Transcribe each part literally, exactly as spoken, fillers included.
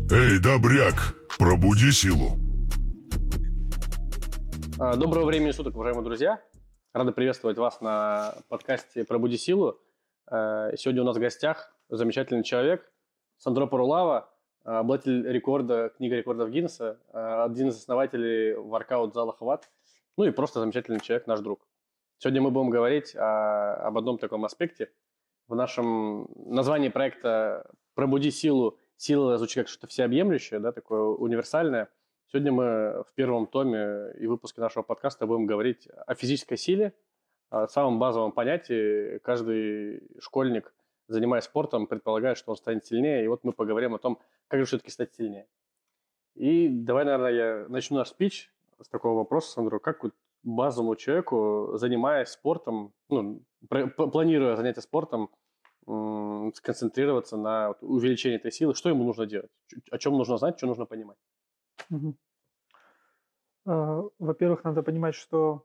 Эй, добряк, пробуди силу. Доброго времени суток, уважаемые друзья. Рада приветствовать вас на подкасте «Пробуди силу». Сегодня у нас в гостях замечательный человек Сандро Парулава, обладатель рекорда, книга рекордов Гиннесса, один из основателей воркаут-зала «Хват», ну и просто замечательный человек, наш друг. Сегодня мы будем говорить о, об одном таком аспекте. В нашем названии проекта «Пробуди силу». Сила звучит как что-то всеобъемлющее, да, такое универсальное. Сегодня мы в первом томе и выпуске нашего подкаста будем говорить о физической силе, о самом базовом понятии. Каждый школьник, занимаясь спортом, предполагает, что он станет сильнее. И вот мы поговорим о том, как же все-таки стать сильнее. И давай, наверное, я начну наш спич с такого вопроса, Сандро. Как вот базовому человеку, занимаясь спортом, ну, планируя занятия спортом, сконцентрироваться на увеличении этой силы, что ему нужно делать, о чем нужно знать, что нужно понимать? Угу. Во-первых, надо понимать, что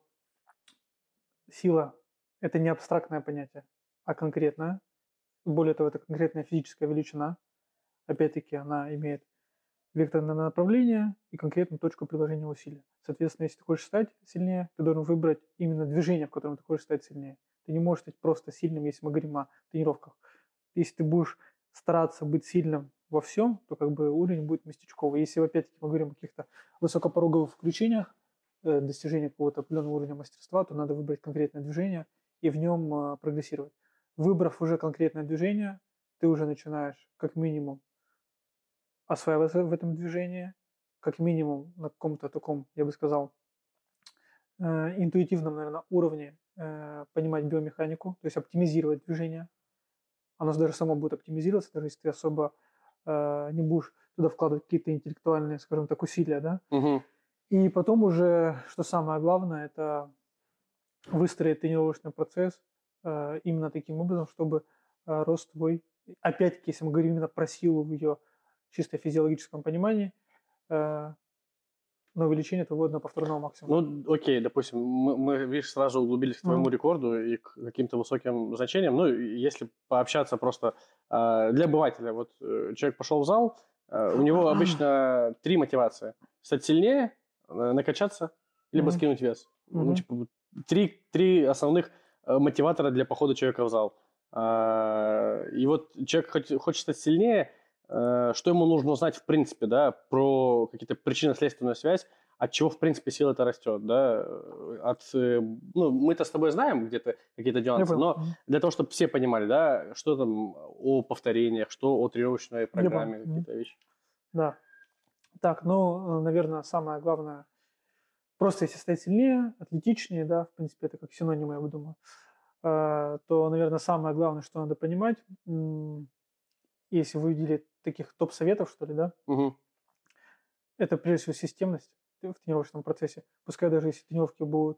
сила – это не абстрактное понятие, а конкретное. Более того, это конкретная физическая величина. Опять-таки, она имеет векторное направление и конкретную точку приложения усилия. Соответственно, если ты хочешь стать сильнее, ты должен выбрать именно движение, в котором ты хочешь стать сильнее. Ты не можешь стать просто сильным, если мы говорим о тренировках. Если ты будешь стараться быть сильным во всем, то как бы уровень будет местечковый. Если, опять-таки, мы говорим о каких-то высокопороговых включениях, э, достижении какого-то определенного уровня мастерства, то надо выбрать конкретное движение и в нем э, прогрессировать. Выбрав уже конкретное движение, ты уже начинаешь как минимум осваиваться в этом движении, как минимум на каком-то таком, я бы сказал, э, интуитивном, наверное, уровне э, понимать биомеханику, то есть оптимизировать движение. Оно даже само будет оптимизироваться, даже если ты особо э, не будешь туда вкладывать какие-то интеллектуальные, скажем так, усилия, да. Угу. И потом уже, что самое главное, это выстроить тренировочный процесс э, именно таким образом, чтобы э, рост твой, опять-таки, если мы говорим именно про силу в ее чисто физиологическом понимании, э, на увеличение твоего одноповторного максимума. Ну, окей, допустим, мы, мы, видишь, сразу углубились к твоему mm-hmm. рекорду и к каким-то высоким значениям. Ну, если пообщаться просто э, для обывателя. Вот э, человек пошел в зал, э, у него обычно три мотивации. Стать сильнее, э, накачаться, либо mm-hmm. скинуть вес. Mm-hmm. Ну, типа, три, три основных э, мотиватора для похода человека в зал. Э, и вот человек хоть, хочет стать сильнее, что ему нужно узнать, в принципе, да, про какие-то причинно-следственную связь, от чего, в принципе, сила-то растет, да, от, ну, мы-то с тобой знаем где-то какие-то нюансы, но для того, чтобы все понимали, да, что там о повторениях, что о тренировочной программе, какие-то вещи. Да. Так, ну, наверное, самое главное, просто если стать сильнее, атлетичнее, да, в принципе, это как синонимы, я бы думаю, то, наверное, самое главное, что надо понимать, если вы увидели таких топ-советов, что ли, да, угу. это прежде всего системность в тренировочном процессе. Пускай даже если тренировки будут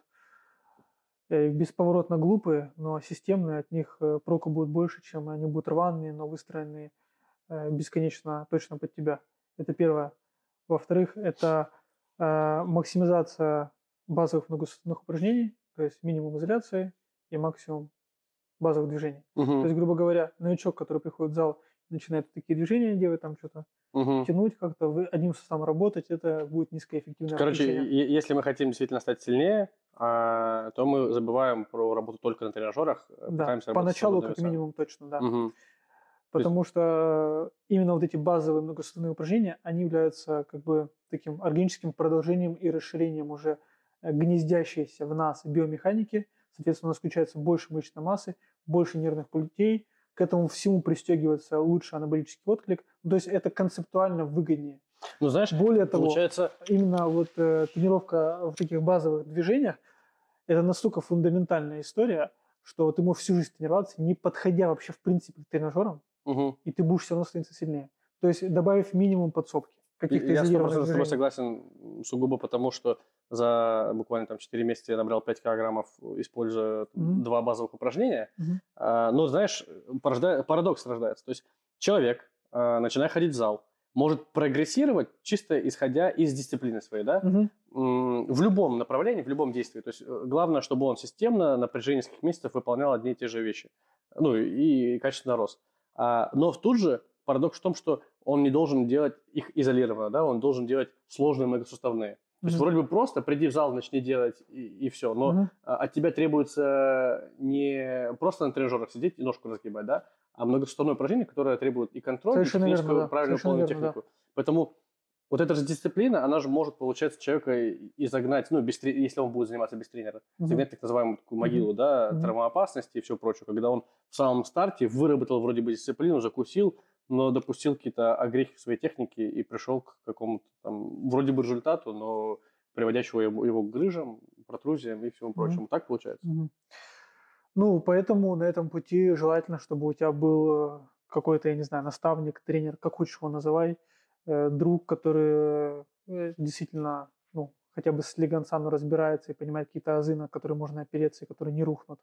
э, бесповоротно глупые, но системные, от них э, проку будет больше, чем они будут рваные, но выстроенные э, бесконечно точно под тебя. Это первое. Во-вторых, это э, максимизация базовых многосуставных упражнений, то есть минимум изоляции и максимум базовых движений. Угу. То есть, грубо говоря, новичок, который приходит в зал, начинает такие движения делать, там что-то угу. тянуть как-то, вы одним составом работать, это будет низкоэффективное Короче, включение. если мы хотим действительно стать сильнее, то мы забываем про работу только на тренажерах. Да, поначалу как минимум точно, да. Угу. Потому есть... что именно вот эти базовые многосуставные упражнения, они являются как бы таким органическим продолжением и расширением уже гнездящейся в нас биомеханики. Соответственно, у нас включается больше мышечной массы, больше нервных путей, к этому всему пристегивается лучший анаболический отклик. То есть это концептуально выгоднее. Ну, знаешь, более того, получается... именно вот э, тренировка в таких базовых движениях, это настолько фундаментальная история, что ты можешь всю жизнь тренироваться, не подходя вообще в принципе к тренажерам, угу. и ты будешь все равно становиться сильнее. То есть добавив минимум подсобки. Каких-то я сто процентов движений. с тобой согласен, сугубо потому, что за буквально там четыре месяца я набрал пять килограммов, используя mm-hmm. два базовых упражнения. Mm-hmm. А, но, знаешь, порожда... парадокс рождается. То есть человек, а, начиная ходить в зал, может прогрессировать чисто исходя из дисциплины своей, да? Mm-hmm. В любом направлении, в любом действии. То есть главное, чтобы он системно на протяжении нескольких месяцев выполнял одни и те же вещи. Ну и, и качественно рос. А, но тут же парадокс в том, что он не должен делать их изолированно, да, он должен делать сложные многосуставные. То есть Мгм. вроде бы просто приди в зал, начни делать и, и все. Но Мгм. а, от тебя требуется не просто на тренажерах сидеть и ножку разгибать, да, а многосуставное упражнение, которое требует и контроль, и Совершенно верно, техническую, да. правильную Совершенно полную верно, да. технику. Поэтому вот эта же дисциплина, она же может, получается, человека и загнать, ну, без, тре- если он будет заниматься без тренера, Мгм. загнать так называемую такую могилу, Мгм. да, Мгм. травмоопасности и все прочее, когда он в самом старте выработал вроде бы дисциплину, закусил, но допустил какие-то огрехи в своей технике и пришел к какому-то там вроде бы результату, но приводящего его, его к грыжам, протрузиям и всему Мгм. прочему. Так получается? Мгм. Ну, поэтому на этом пути желательно, чтобы у тебя был э, какой-то, я не знаю, наставник, тренер, как хочешь его называй, э, друг, который э, действительно, ну, хотя бы с Лиганцану разбирается и понимает какие-то азы, на которые можно опереться и которые не рухнут.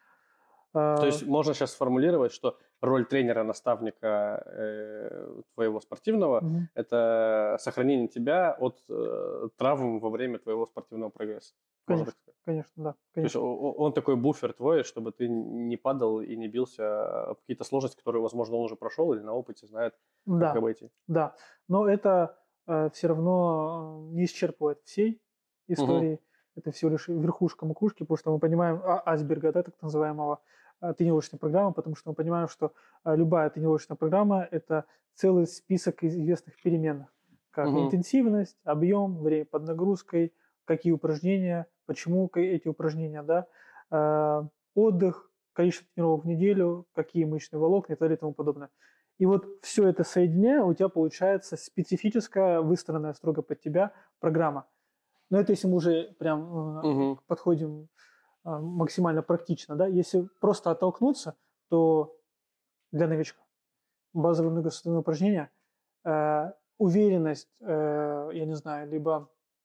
То А, есть можно сейчас сформулировать, что роль тренера, наставника э, твоего спортивного мгм. – это сохранение тебя от э, травм во время твоего спортивного прогресса. Можно Конечно, так сказать? конечно, да, То есть конечно. о- о- он такой буфер твой, чтобы ты не падал и не бился об какие-то сложности, которые, возможно, он уже прошел или на опыте знает, как их Да, обойти. да. Но это все равно э, не исчерпывает всей Мгм. истории. Это всего лишь верхушка макушки, потому что мы понимаем а, айсберга, да, так называемого, а, тренировочной программы, потому что мы понимаем, что а, любая тренировочная программа – это целый список известных переменных, как Мгм. интенсивность, объем, время под нагрузкой, какие упражнения, почему ка- эти упражнения, да, а, отдых, количество тренировок в неделю, какие мышечные волокна и так далее и тому подобное. И вот все это соединяя, у тебя получается специфическая, выстроенная строго под тебя программа. Но это если мы уже прям э, Мгм. подходим э, максимально практично, да, если просто оттолкнуться, то для новичка базовые многосуставные упражнения, э, уверенность, э, я не знаю, либо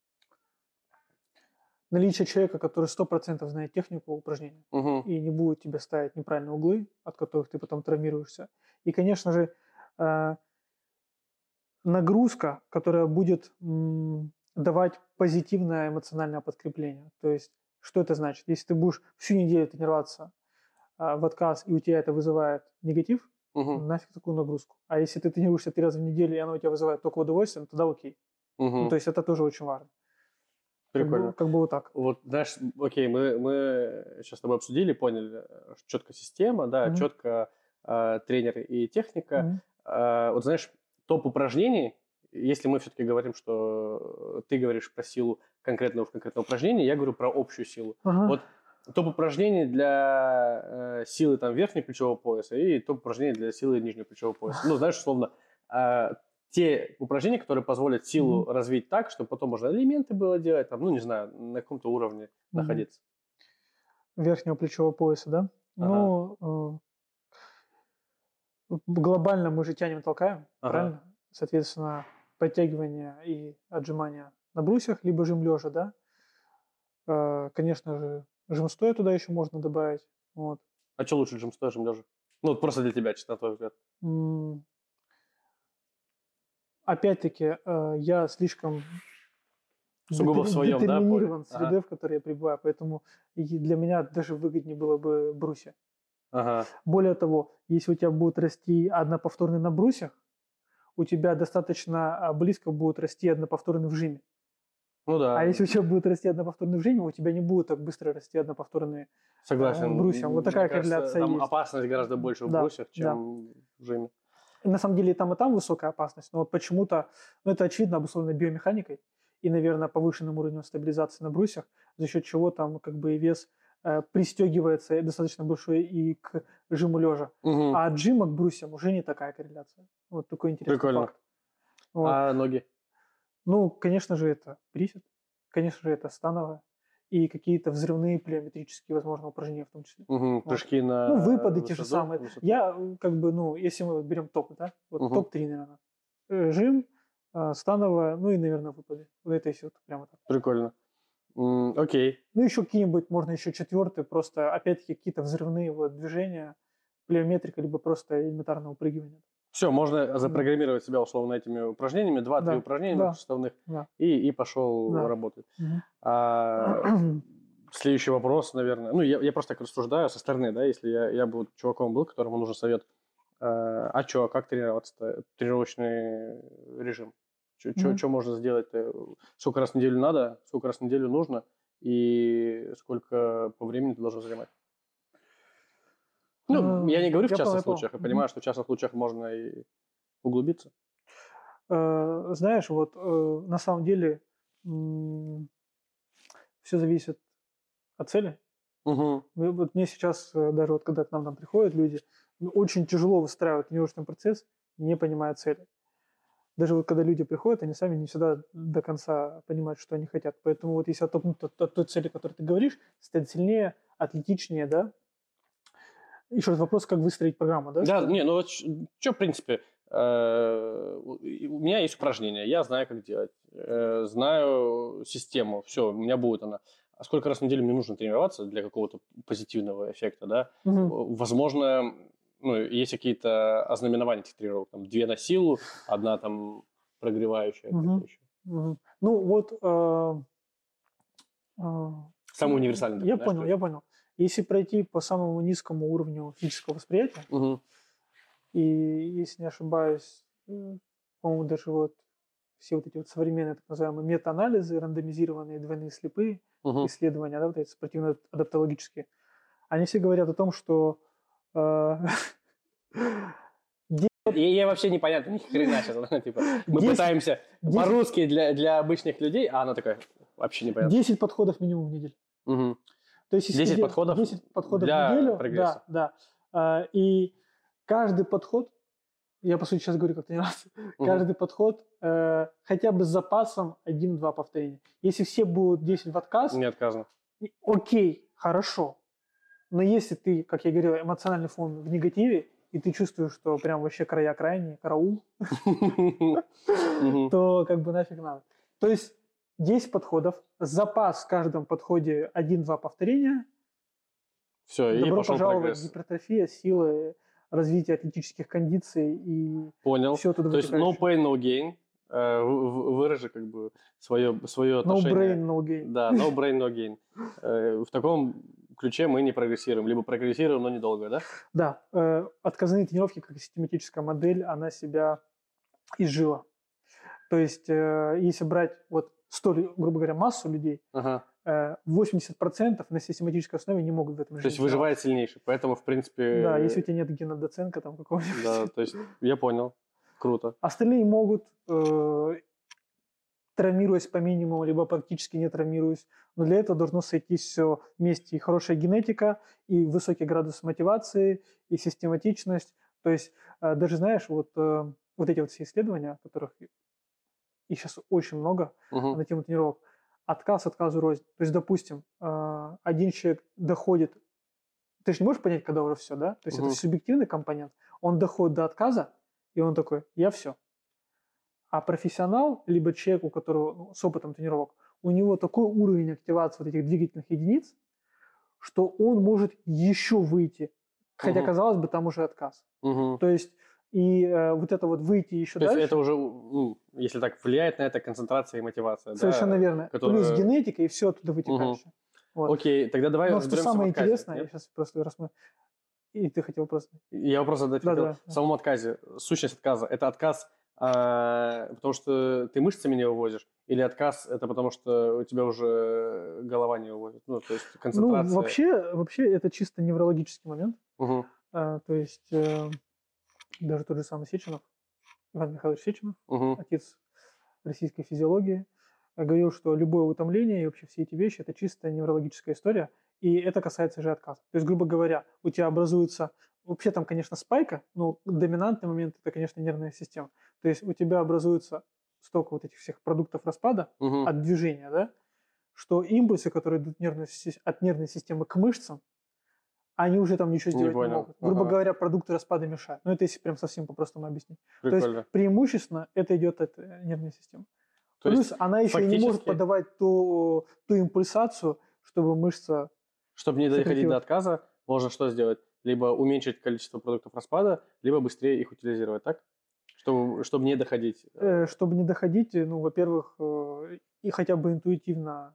наличие человека, который сто процентов знает технику упражнения Мгм. и не будет тебе ставить неправильные углы, от которых ты потом травмируешься. И, конечно же, э, нагрузка, которая будет м, давать позитивное эмоциональное подкрепление. То есть, что это значит? Если ты будешь всю неделю тренироваться а, в отказ, и у тебя это вызывает негатив, Мгм. нафиг такую нагрузку. А если ты тренируешься три раза в неделю, и оно у тебя вызывает только удовольствие, ну, тогда окей. Ну, Мгм. то есть, это тоже очень важно. Как бы, Прикольно. как бы вот так. Вот, знаешь, окей, мы, мы сейчас с тобой обсудили, поняли, э, четко система, да, Мгм. четко э, тренер и техника. Мгм. А, вот знаешь, топ упражнений, если мы все-таки говорим, что ты говоришь про силу конкретного в конкретном упражнении, я говорю про общую силу. Ага. Вот топ упражнений для э, силы там верхнего плечевого пояса и топ упражнений для силы нижнего плечевого пояса. Ну, знаешь, условно, э, те упражнения, которые позволят силу Мгм. развить так, чтобы потом можно элементы было делать, там, ну, не знаю, на каком-то уровне Мгм. находиться. Верхнего плечевого пояса, да? Ага, Ну, э, глобально мы же тянем, толкаем, ага. правильно? Соответственно, подтягивания и отжимания на брусьях, либо жим лежа, да? Э, Конечно же, жим стоя туда еще можно добавить. Вот. А что лучше, джим стоя, жим лежа? Ну, вот просто для тебя, честно, на твой взгляд. М, Опять-таки, э, я слишком Сугубо в детер- своем, да, поле? детерминирован Ага, средой, в которой я пребываю, поэтому и для меня даже выгоднее было бы брусья. ага. Более того, если у тебя будет расти одноповторный на брусьях, у тебя достаточно а, близко будет расти одноповторный в жиме. Ну А да, если у тебя будет расти одноповторный в жиме, у тебя не будет так быстро расти одноповторные э, согласен. брусья. Вот Мне такая кажется, корреляция там есть. опасность гораздо больше в Да, брусьях, да. чем в жиме. И на самом деле и там, и там высокая опасность, но вот почему-то, ну это очевидно обусловлено биомеханикой и, наверное, повышенным уровнем стабилизации на брусьях, за счет чего там как бы и вес э, пристегивается достаточно большой и к жиму лежа. Угу. А от жима к брусьям уже не такая корреляция. Вот такой интересный Прикольно. факт. Вот. А ноги? Ну, конечно же, это присед, конечно же, это становая и какие-то взрывные плеометрические, возможно, упражнения в том числе. Угу. Вот. Прыжки на Ну, выпады те же высоту, самые. высоту. Я э, как бы, ну, если мы вот берем топ, да, вот Мгм. топ-три, наверное. Э, Жим, а, становая, ну и, наверное, выпады. Вот это если вот прямо так. Прикольно. М, Окей. Ну, еще какие-нибудь, можно еще четвертый, просто, опять-таки, какие-то взрывные вот движения, плеометрика, либо просто элементарное упрыгивание. Все, можно запрограммировать себя условно этими упражнениями, два-три Да, упражнения да, многосуставных, да, и, и пошел да. работать. Мгм. А, следующий вопрос, наверное. Ну, я, я просто так рассуждаю со стороны, да, если я, я бы вот чуваком был, которому нужен совет Э, А что, как тренироваться-то? Тренировочный режим. Мгм. Что можно сделать? Сколько раз в неделю надо, сколько раз в неделю нужно, и сколько по времени ты должен занимать? Ну, я не Э, говорю в Я понял, частных я понял. случаях, я Мгм. понимаю, что в частных случаях можно и углубиться. Э, Знаешь, вот э, на самом деле все зависит от цели. Угу. Ну, вот мне сейчас, э, даже вот когда к нам там приходят люди, ну, очень тяжело выстраивать тренировочный процесс, не понимая цели. Даже вот когда люди приходят, они сами не всегда до конца понимают, что они хотят. Поэтому вот если оттолкнуть от, от той цели, о которой ты говоришь, стать сильнее, атлетичнее, да. Еще раз вопрос, как выстроить программу, да? Да, что- не, ну вот что, в принципе, э, у у меня есть упражнения, я знаю, как делать, э, знаю систему, все, у меня будет она. А сколько раз в неделю мне нужно тренироваться для какого-то позитивного эффекта, да? Мгм. Возможно, ну, есть какие-то ознаменования этих тренировок, там, две на силу, одна там прогревающая, Мгм. какая-то еще. Мгм. Ну вот, э, э, Самый универсальный такой, я знаешь, понял, что я понял. Если пройти по самому низкому уровню физического восприятия, Мгм. и, если не ошибаюсь, м, по-моему, даже вот все вот эти вот современные так называемые мета-анализы, рандомизированные двойные слепые Мгм. исследования, да, вот эти спортивно-адаптологические, они все говорят о том, что э, И я вообще непонятно, ни хрена сейчас. Типа, мы десять пытаемся десять по-русски для, для обычных людей, а она такая, вообще непонятно. десять подходов минимум в неделю. Мгм. То есть, если десять ты дел- подходов десять подходов в для неделю, прогресса. да, да. э, И каждый подход, я по сути сейчас говорю как тренироваться, Мгм. каждый подход э, хотя бы с запасом один-два повторения. Если все будут десять в отказ, Не отказано. и- окей, хорошо. Но если ты, как я говорил, эмоциональный фон в негативе, и ты чувствуешь, что прям вообще края крайние, караул, Мгм. то как бы нафиг надо. То есть десять подходов, запас в каждом подходе один-два повторения, Все, и добро пошел пожаловать, прогресс. гипертрофия, силы, развитие атлетических кондиций и Понял. все туда То есть no вытекающее. pain, no gain. Э, в- в- Выражи как бы свое, свое No отношение. brain, no gain. Да, no brain, no gain. Э, В таком ключе мы не прогрессируем. Либо прогрессируем, но недолго, да? Да, э, отказные тренировки как систематическая модель, она себя изжила. То есть, э, если брать вот сто, лю- грубо говоря, массу людей, Ага. э, восемьдесят процентов на систематической основе не могут в этом То есть режиме выживает сильнейший. Поэтому, в принципе... тренироваться. Да, если у тебя нет гена доценка там какого-нибудь. Да, то есть я понял. Круто. Остальные могут, э, травмируясь по минимуму, либо практически не травмируясь. Но для этого должно сойтись все вместе. И хорошая генетика, и высокий градус мотивации, и систематичность. То есть э, даже, знаешь, вот, э, вот эти вот все исследования, которых их сейчас очень много Мгм. на тему тренировок, отказ отказу рознь. То есть, допустим, э, один человек доходит, ты же не можешь понять, когда уже все, да? То есть Мгм. это субъективный компонент. Он доходит до отказа, и он такой, я все. А профессионал, либо человек, у которого ну, с опытом тренировок, у него такой уровень активации вот этих двигательных единиц, что он может еще выйти. Хотя, Мгм. казалось бы, там уже отказ. Мгм. То есть, и э, вот это вот выйти еще То есть дальше, это уже, ну, если так, влияет на это концентрация и мотивация, да, совершенно верно. которая- Плюс генетика и все оттуда вытекающее. Вот. Окей, тогда давай Но что разберемся самое в отказе. интересное, Нет? я сейчас просто рассмотрю. И ты хотел просто... Я вопрос задать Да, хотел. да, В да. самом отказе, сущность отказа, это отказ, а, потому что ты мышцами не вывозишь, или отказ это потому что у тебя уже голова не вывозит, ну, то есть Ну, концентрация. вообще, вообще это чисто неврологический момент. Мгм. А, то есть э, даже тот же самый Сеченов, Иван Михайлович Сеченов, Мгм. отец российской физиологии, э, говорил, что любое утомление и вообще все эти вещи – это чисто неврологическая история, и это касается же отказа. То есть, грубо говоря, у тебя образуется, вообще там, конечно, спайка, но доминантный момент – это, конечно, нервная система. То есть у тебя образуется столько вот этих всех продуктов распада Мгм. от движения, да, что импульсы, которые идут нервной си- от нервной системы к мышцам, они уже там ничего Не сделать не, понял. могут. Грубо Ага. говоря, продукты распада мешают. Ну, это если прям совсем по-простому объяснить. То Прикольно. есть преимущественно это идет от э, нервной системы. То Плюс есть она еще и не может фактически- подавать ту, ту импульсацию, чтобы мышца... Чтобы не доходить сократилась. до отказа, можно что сделать? Либо уменьшить количество продуктов распада, либо быстрее их утилизировать, так? Чтобы, чтобы не доходить. э, чтобы не доходить, э, ну, во-первых, э, и хотя бы интуитивно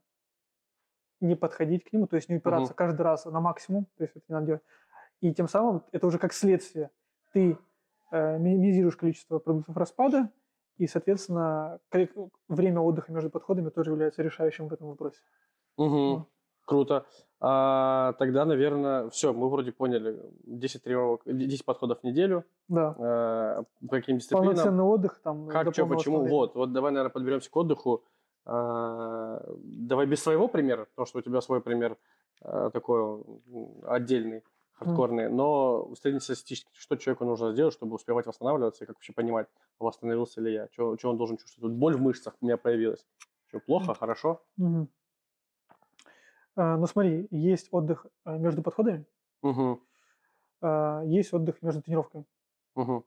не подходить к нему, то есть не упираться Мгм. каждый раз на максимум, то есть это не надо делать. И тем самым это уже как следствие. Ты э, минимизируешь количество продуктов распада, и, соответственно, время отдыха между подходами тоже является решающим в этом вопросе. Угу. Вот. Круто. А, тогда, наверное, все, мы вроде поняли. десять тренировок, десять подходов в неделю. Да. А, по каким дисциплинам. Полноценный отдых. Там, как, что, почему. Вот, вот давай, наверное, подберемся к отдыху. А, давай без своего примера, потому что у тебя свой пример а, такой отдельный, хардкорный. Mm. Но среднестатистически, что человеку нужно сделать, чтобы успевать восстанавливаться и как вообще понимать, восстановился ли я, что, что он должен чувствовать. Тут боль в мышцах у меня появилась. Что, плохо, mm. хорошо? Mm-hmm. Uh, ну смотри, есть отдых uh, между подходами, uh-huh. uh, есть отдых между тренировками. Uh-huh.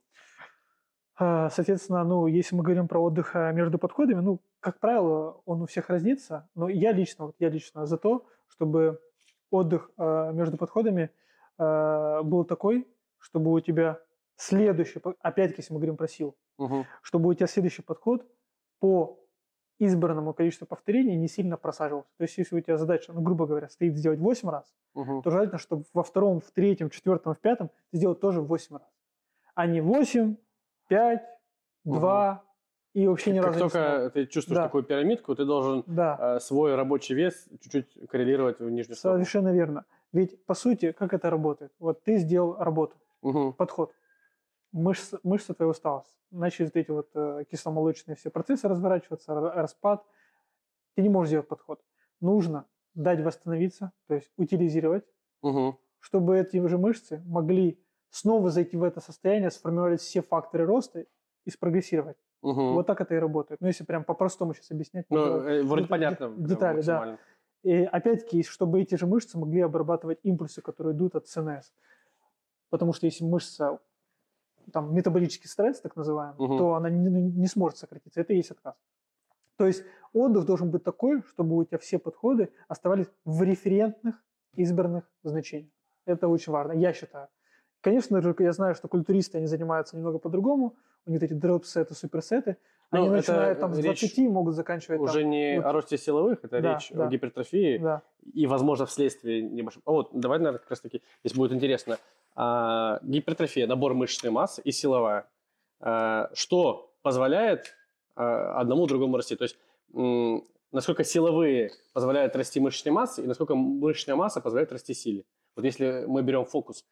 Uh, соответственно, ну, если мы говорим про отдых uh, между подходами, ну, как правило, он у всех разнится, но я лично, вот я лично за то, чтобы отдых uh, между подходами uh, был такой, чтобы у тебя следующий, опять-таки, если мы говорим про силу, uh-huh. чтобы у тебя следующий подход по избранному количеству повторений не сильно просаживался. То есть, если у тебя задача, ну, грубо говоря, стоит сделать восемь раз, uh-huh. то желательно, чтобы во втором, в третьем, в четвертом, в пятом ты сделал тоже восемь раз. А не восемь, пять, два uh-huh. и вообще ни как разу не Как только ты чувствуешь да. такую пирамидку, ты должен да. э, свой рабочий вес чуть-чуть коррелировать в нижнюю сторону. Совершенно верно. Ведь, по сути, как это работает? Вот ты сделал работу, uh-huh. подход. Мышца, мышца твоя усталость. Начали вот эти вот э, кисломолочные все процессы разворачиваться, распад. Ты не можешь сделать подход. Нужно дать восстановиться, то есть утилизировать, угу. чтобы эти же мышцы могли снова зайти в это состояние, сформировать все факторы роста и спрогрессировать. Угу. Вот так это и работает. Ну, если прям по-простому сейчас объяснять. Ну, то, э, вроде это, понятно. Детали, да. И опять-таки, чтобы эти же мышцы могли обрабатывать импульсы, которые идут от ЦНС. Потому что если мышца там метаболический стресс, так называемый, uh-huh. то она не, не сможет сократиться. Это и есть отказ. То есть отдых должен быть такой, чтобы у тебя все подходы оставались в референтных избранных значениях. Это очень важно, я считаю. Конечно же, я знаю, что культуристы, они занимаются немного по-другому. У них эти дроп-сеты, суперсеты. Они ну, начинают там с двадцати, могут заканчивать уже там, не вот. О росте силовых, это да, речь да. о гипертрофии. Да. И, возможно, вследствие небольшого... А вот, давай, наверное, как раз таки, если будет интересно. А, гипертрофия, набор мышечной массы и силовая. А, что позволяет а, одному другому расти? То есть, м, насколько силовые позволяют расти мышечной массе, и насколько мышечная масса позволяет расти силе. Вот если мы берем фокус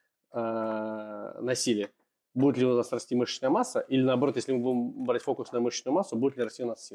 а, на силе, будет ли у нас расти мышечная масса, или наоборот, если мы будем брать фокус на мышечную массу, будет ли расти у нас сила?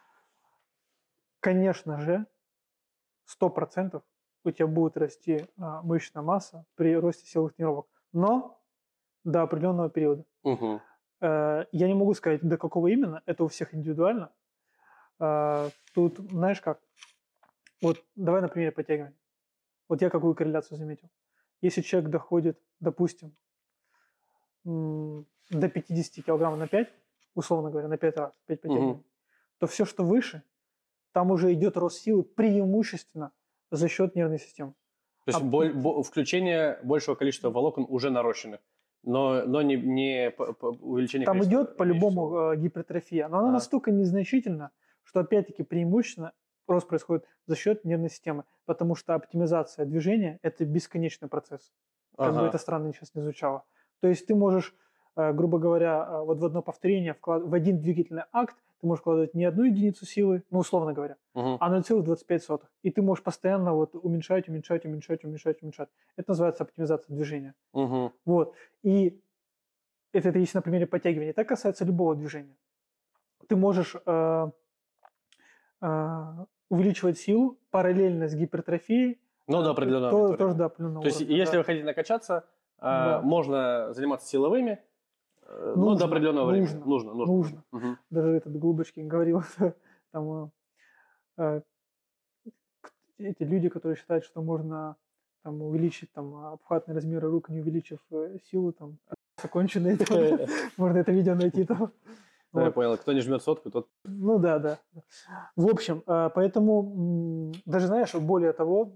Конечно же, сто процентов у тебя будет расти а, мышечная масса при росте силовых тренировок. Но до определенного периода. Угу. Э, я не могу сказать, до какого именно, это у всех индивидуально. Э, тут, знаешь как, вот давай на примере подтягивания. Вот я какую корреляцию заметил. Если человек доходит, допустим, м- до пятидесяти килограммов на пять, условно говоря, на пять раз, пять подтягиваний, угу. то все, что выше, там уже идет рост силы преимущественно за счет нервной системы. То есть а, боль, бо, включение большего количества волокон уже нарощенных, но, но не, не по, по увеличение там количества. Там идет по-любому э, гипертрофия, но она а. настолько незначительна, что опять-таки преимущественно рост происходит за счет нервной системы, потому что оптимизация движения – это бесконечный процесс. Как ага. бы это странно сейчас не звучало. То есть ты можешь, э, грубо говоря, э, вот в одно повторение, вклад... в один двигательный акт ты можешь вкладывать не одну единицу силы, ну, условно говоря, uh-huh. а ноль целых двадцать пять сотых. И ты можешь постоянно вот уменьшать, уменьшать, уменьшать, уменьшать, уменьшать. Это называется оптимизация движения. Uh-huh. Вот. И это, это есть на примере подтягивания. Это касается любого движения. Ты можешь э, э, увеличивать силу параллельно с гипертрофией. Ну, до определенного то, уровня. Тоже до определенного То есть, уровня, если да. вы хотите накачаться, э, да. можно заниматься силовыми, Нужно, ну, до определенного нужно, времени. Нужно, нужно. нужно. Угу. Даже этот Глубочкин говорил, там, э, эти люди, которые считают, что можно там, увеличить там, обхватные размеры рук, не увеличив э, силу, там, законченные, можно это видео найти там. Я понял, кто не жмет сотку, тот... Ну да, да. В общем, поэтому, даже знаешь, более того,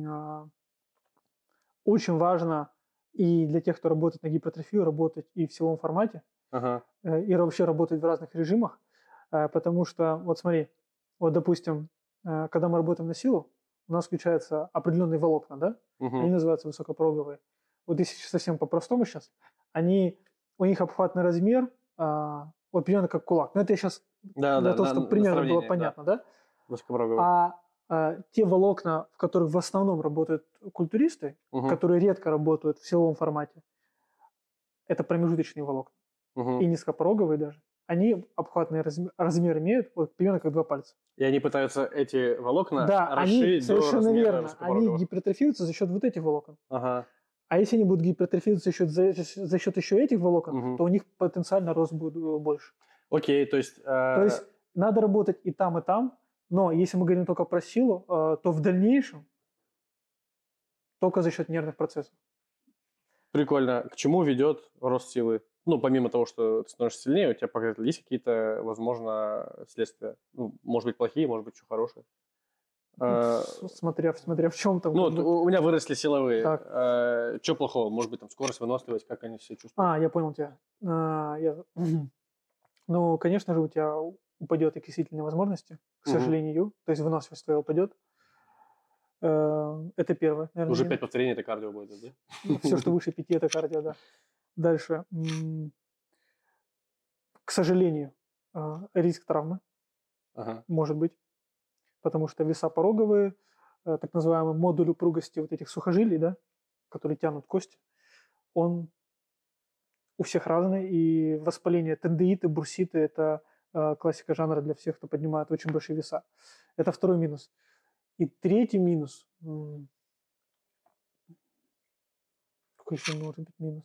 очень важно и для тех, кто работает на гипертрофию, работать и в силовом формате, ага. и вообще работать в разных режимах, потому что, вот смотри, вот, допустим, когда мы работаем на силу, у нас включаются определенные волокна, да? Угу. Они называются высокопороговые. Вот если совсем по-простому сейчас, они у них обхватный размер, а, вот примерно как кулак. Но это я сейчас Да, для да, того, на- чтобы на примерно было сравнение, да. понятно, да? Высокопороговый. А, а те волокна, в которых в основном работают культуристы, Мгм, которые редко работают в силовом формате, это промежуточные волокна. мгм. И низкопороговые даже. Они обхватный размер, размер имеют вот примерно как два пальца. И они пытаются эти волокна Да, они расширить до совершенно размера верно. Они высокопороговых. гипертрофируются за счет вот этих волокон. Ага. А если они будут гипертрофироваться за счет, за, за счет еще этих волокон, Мгм. то у них потенциально рост будет э, больше. Окей, то есть... э, То есть надо работать и там, и там, но если мы говорим только про силу, э, то в дальнейшем только за счет нервных процессов. Прикольно. К чему ведет рост силы? Ну, помимо того, что ты становишься сильнее, у тебя показатели есть какие-то, возможно, следствия? Ну, может быть, плохие, может быть, что хорошие. Э, С- Смотря, смотря в чем там. Ну, как вот бы. у у меня выросли силовые. Так. Что плохого? Может быть, там скорость, выносливость, как они себя чувствуют? А, я понял тебя. А, я- Ну, конечно же, у тебя упадет окислительные возможности, к Мгм. сожалению. То есть выносливость твоя упадет. Э, Это первое, наверное. Уже пять повторений это кардио будет, да? Все, что выше пяти, это кардио, да. Дальше. М, К сожалению, а, риск травмы Ага. может быть, потому что веса пороговые, э, так называемый модуль упругости вот этих сухожилий, да, которые тянут кости, он у всех разный, и воспаление тендииты, бурситы – это э, классика жанра для всех, кто поднимает очень большие веса. Это второй минус. И третий минус. м, Какой еще может быть минус?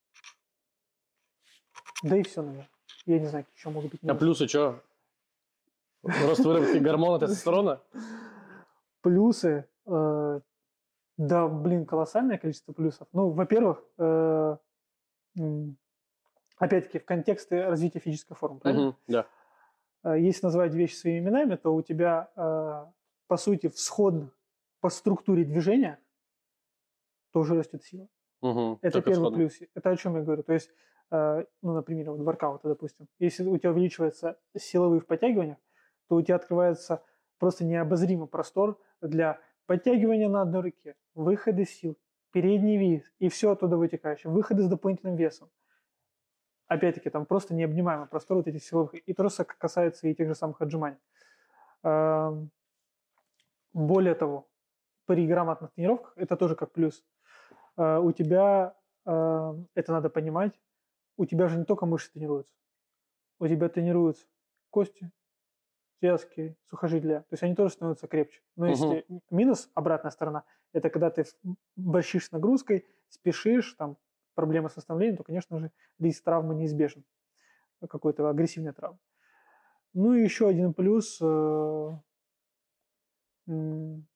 Да и все, наверное. Я не знаю, какие еще могут быть А минусы. плюсы что? Рост выработки гормона тестостерона? Плюсы, э, да, блин, колоссальное количество плюсов. Ну, во-первых, э, м, опять-таки, в контексте развития физической формы, правильно? Мгм, да. Э, Если назвать вещи своими именами, то у тебя, э, по сути, всходно по структуре движения тоже растет сила. Мгм, Это только первый сходно. плюс. Это о чем я говорю. То есть, э, ну, например, вот воркауты, допустим. Если у тебя увеличивается силовые в подтягиваниях, то у тебя открывается просто необозримый простор для подтягивания на одной руке, выходы сил, передний вис и все оттуда вытекающее, выходы с дополнительным весом. Опять-таки, там просто необнимаемый простор вот этих силовых. И то же касается и тех же самых отжиманий. Эм, Более того, при грамотных тренировках, это тоже как плюс, э, у тебя, э, это надо понимать, у тебя же не только мышцы тренируются, у тебя тренируются кости, связки, сухожилия, то есть они тоже становятся крепче. Но Мгм. если минус, обратная сторона, это когда ты борщишь с нагрузкой, спешишь, там проблемы с восстановлением, то, конечно же, риск травмы неизбежен, какой-то агрессивной травмы. Ну и еще один плюс, э, м,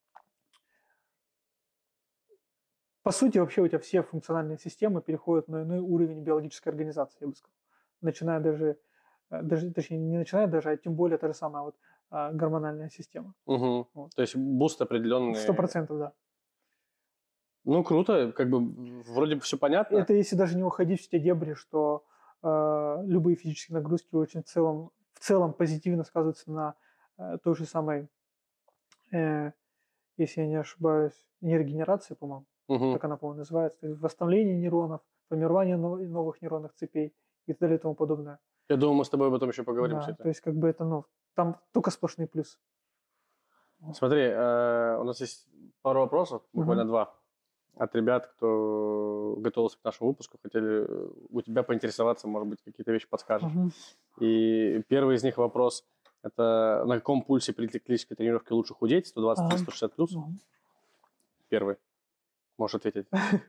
по сути, вообще у тебя все функциональные системы переходят на иной уровень биологической организации, я бы сказал. Начиная даже, э, даже точнее, не начиная даже, а тем более та же самая вот а, гормональная система. Мгм. Вот. То есть буст определенный. Сто процентов, да. Ну, круто, как бы вроде бы все понятно. Это если даже не уходить в те дебри, что э, любые физические нагрузки очень в целом, в целом позитивно сказываются на э, той же самой, э, если я не ошибаюсь, нейрогенерации, по-моему, Мгм. так она, по-моему, называется, то есть восстановление нейронов, формирование нов- новых нейронных цепей и так далее и тому подобное. Я думаю, мы с тобой об этом еще поговорим, Да, кстати. то есть как бы это, ну, там только сплошные плюсы. Смотри, э, у нас есть пару вопросов, буквально Мгм. два, от ребят, кто готовился к нашему выпуску, хотели э, у тебя поинтересоваться, может быть, какие-то вещи подскажешь. Мгм. И первый из них вопрос, это на каком пульсе при циклической тренировке лучше худеть, сто двадцать или Ага. сто шестьдесят плюс? Мгм. Первый. Можешь ответить.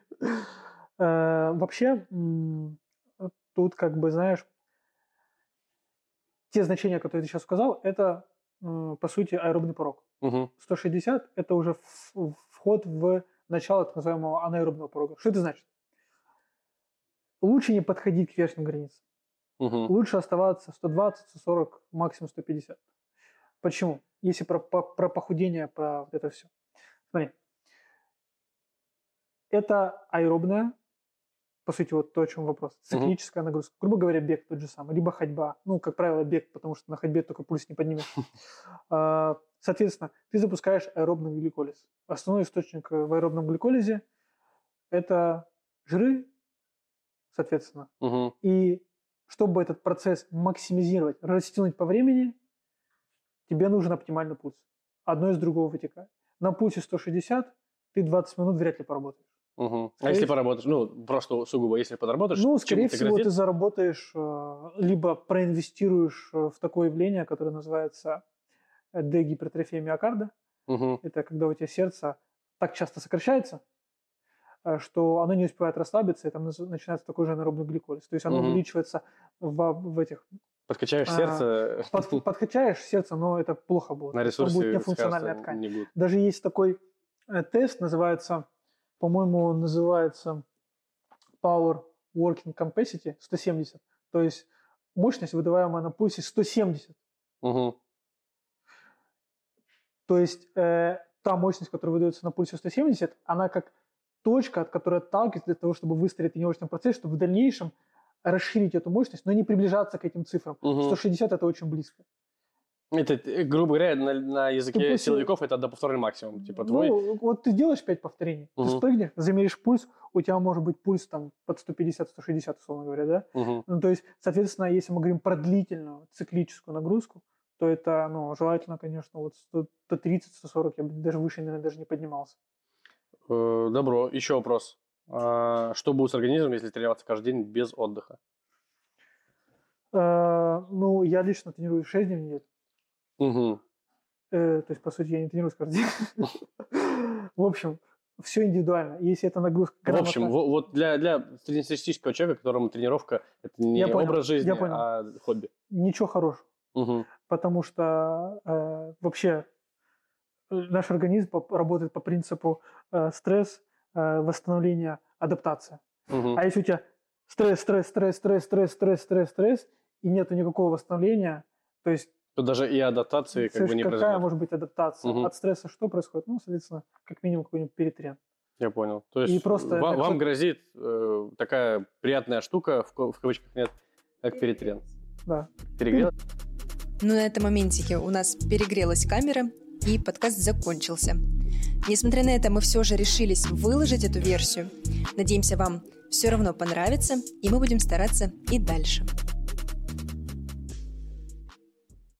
Э, Вообще, м, тут как бы, знаешь, те значения, которые ты сейчас сказал, это, м, по сути, аэробный порог. Мгм. сто шестьдесят – это уже в- вход в начало так называемого анаэробного порога. Что это значит? Лучше не подходить к верхним границам. Мгм. Лучше оставаться сто двадцать, сто сорок, максимум сто пятьдесят. Почему? Если про, по- про похудение, про вот это все. Смотри. Это аэробная, по сути, вот то, о чем вопрос. Циклическая нагрузка. Грубо говоря, бег тот же самый. Либо ходьба. Ну, как правило, бег, потому что на ходьбе только пульс не поднимешь. А, Соответственно, ты запускаешь аэробный гликолиз. Основной источник э, в аэробном гликолизе – это жиры, соответственно. Угу. И чтобы этот процесс максимизировать, растянуть по времени, тебе нужен оптимальный пульс. Одно из другого вытекает. На пульсе сто шестьдесят ты двадцать минут вряд ли поработаешь. Угу. А если поработаешь, ну, просто сугубо, если подработаешь, ну, скорее чем всего, грозит? ты заработаешь, либо проинвестируешь в такое явление, которое называется дегипертрофия миокарда. Угу. Это когда у тебя сердце так часто сокращается, что оно не успевает расслабиться, и там начинается такой же аэробный гликолиз. То есть оно Угу. увеличивается в, в этих... Подкачаешь а, сердце... Под, подкачаешь сердце, но это плохо будет. На ресурсе будет нефункциональная ткань. Не будет. Даже есть такой э, тест, называется, по-моему, он называется Power Working Capacity сто семьдесят. То есть мощность, выдаваемая на пульсе сто семьдесят. Угу. То есть э, та мощность, которая выдается на пульсе сто семьдесят, она как точка, от которой отталкивается для того, чтобы выстроить тренировочный процесс, чтобы в дальнейшем расширить эту мощность, но не приближаться к этим цифрам. Угу. сто шестьдесят – это очень близко. Это, грубо говоря, на, на языке после... силовиков это до повторный максимум. Типа твой... Ну, вот ты делаешь пять повторений, угу. ты спрыгнешь, замеришь пульс, у тебя может быть пульс там под сто пятьдесят - сто шестьдесят, условно говоря, да? Угу. Ну, то есть, соответственно, если мы говорим про длительную циклическую нагрузку, то это, ну, желательно, конечно, вот сто тридцать - сто сорок, я бы даже выше, наверное, даже не поднимался. Э, добро. Еще вопрос. А, что будет с организмом, если тренироваться каждый день без отдыха? Э, ну, я лично тренирую шесть дней в неделю. Угу. Э, то есть, по сути, я не тренируюсь каждый день. В общем, все индивидуально. Если это нагрузка... В общем, вот для, для среднестатистического человека, которому тренировка – это не образ жизни, а хобби. Ничего хорошего. Угу. Потому что э, вообще наш организм работает по принципу э, стресс, э, восстановление, адаптация. Угу. А если у тебя стресс, стресс, стресс, стресс, стресс, стресс, стресс, стресс, и нету никакого восстановления, то есть... То даже и адаптации как бы не какая произойдет. может быть адаптация? Угу. От стресса что происходит? Ну, соответственно, как минимум какой-нибудь перетрен. Я понял. То есть и просто вам, это... вам грозит э, такая приятная штука, в, в кавычках нет, как перетрен. Да. Перегрел? Ну, на этом моментике у нас перегрелась камера, и подкаст закончился. Несмотря на это, мы все же решились выложить эту версию. Надеемся, вам все равно понравится, и мы будем стараться и дальше.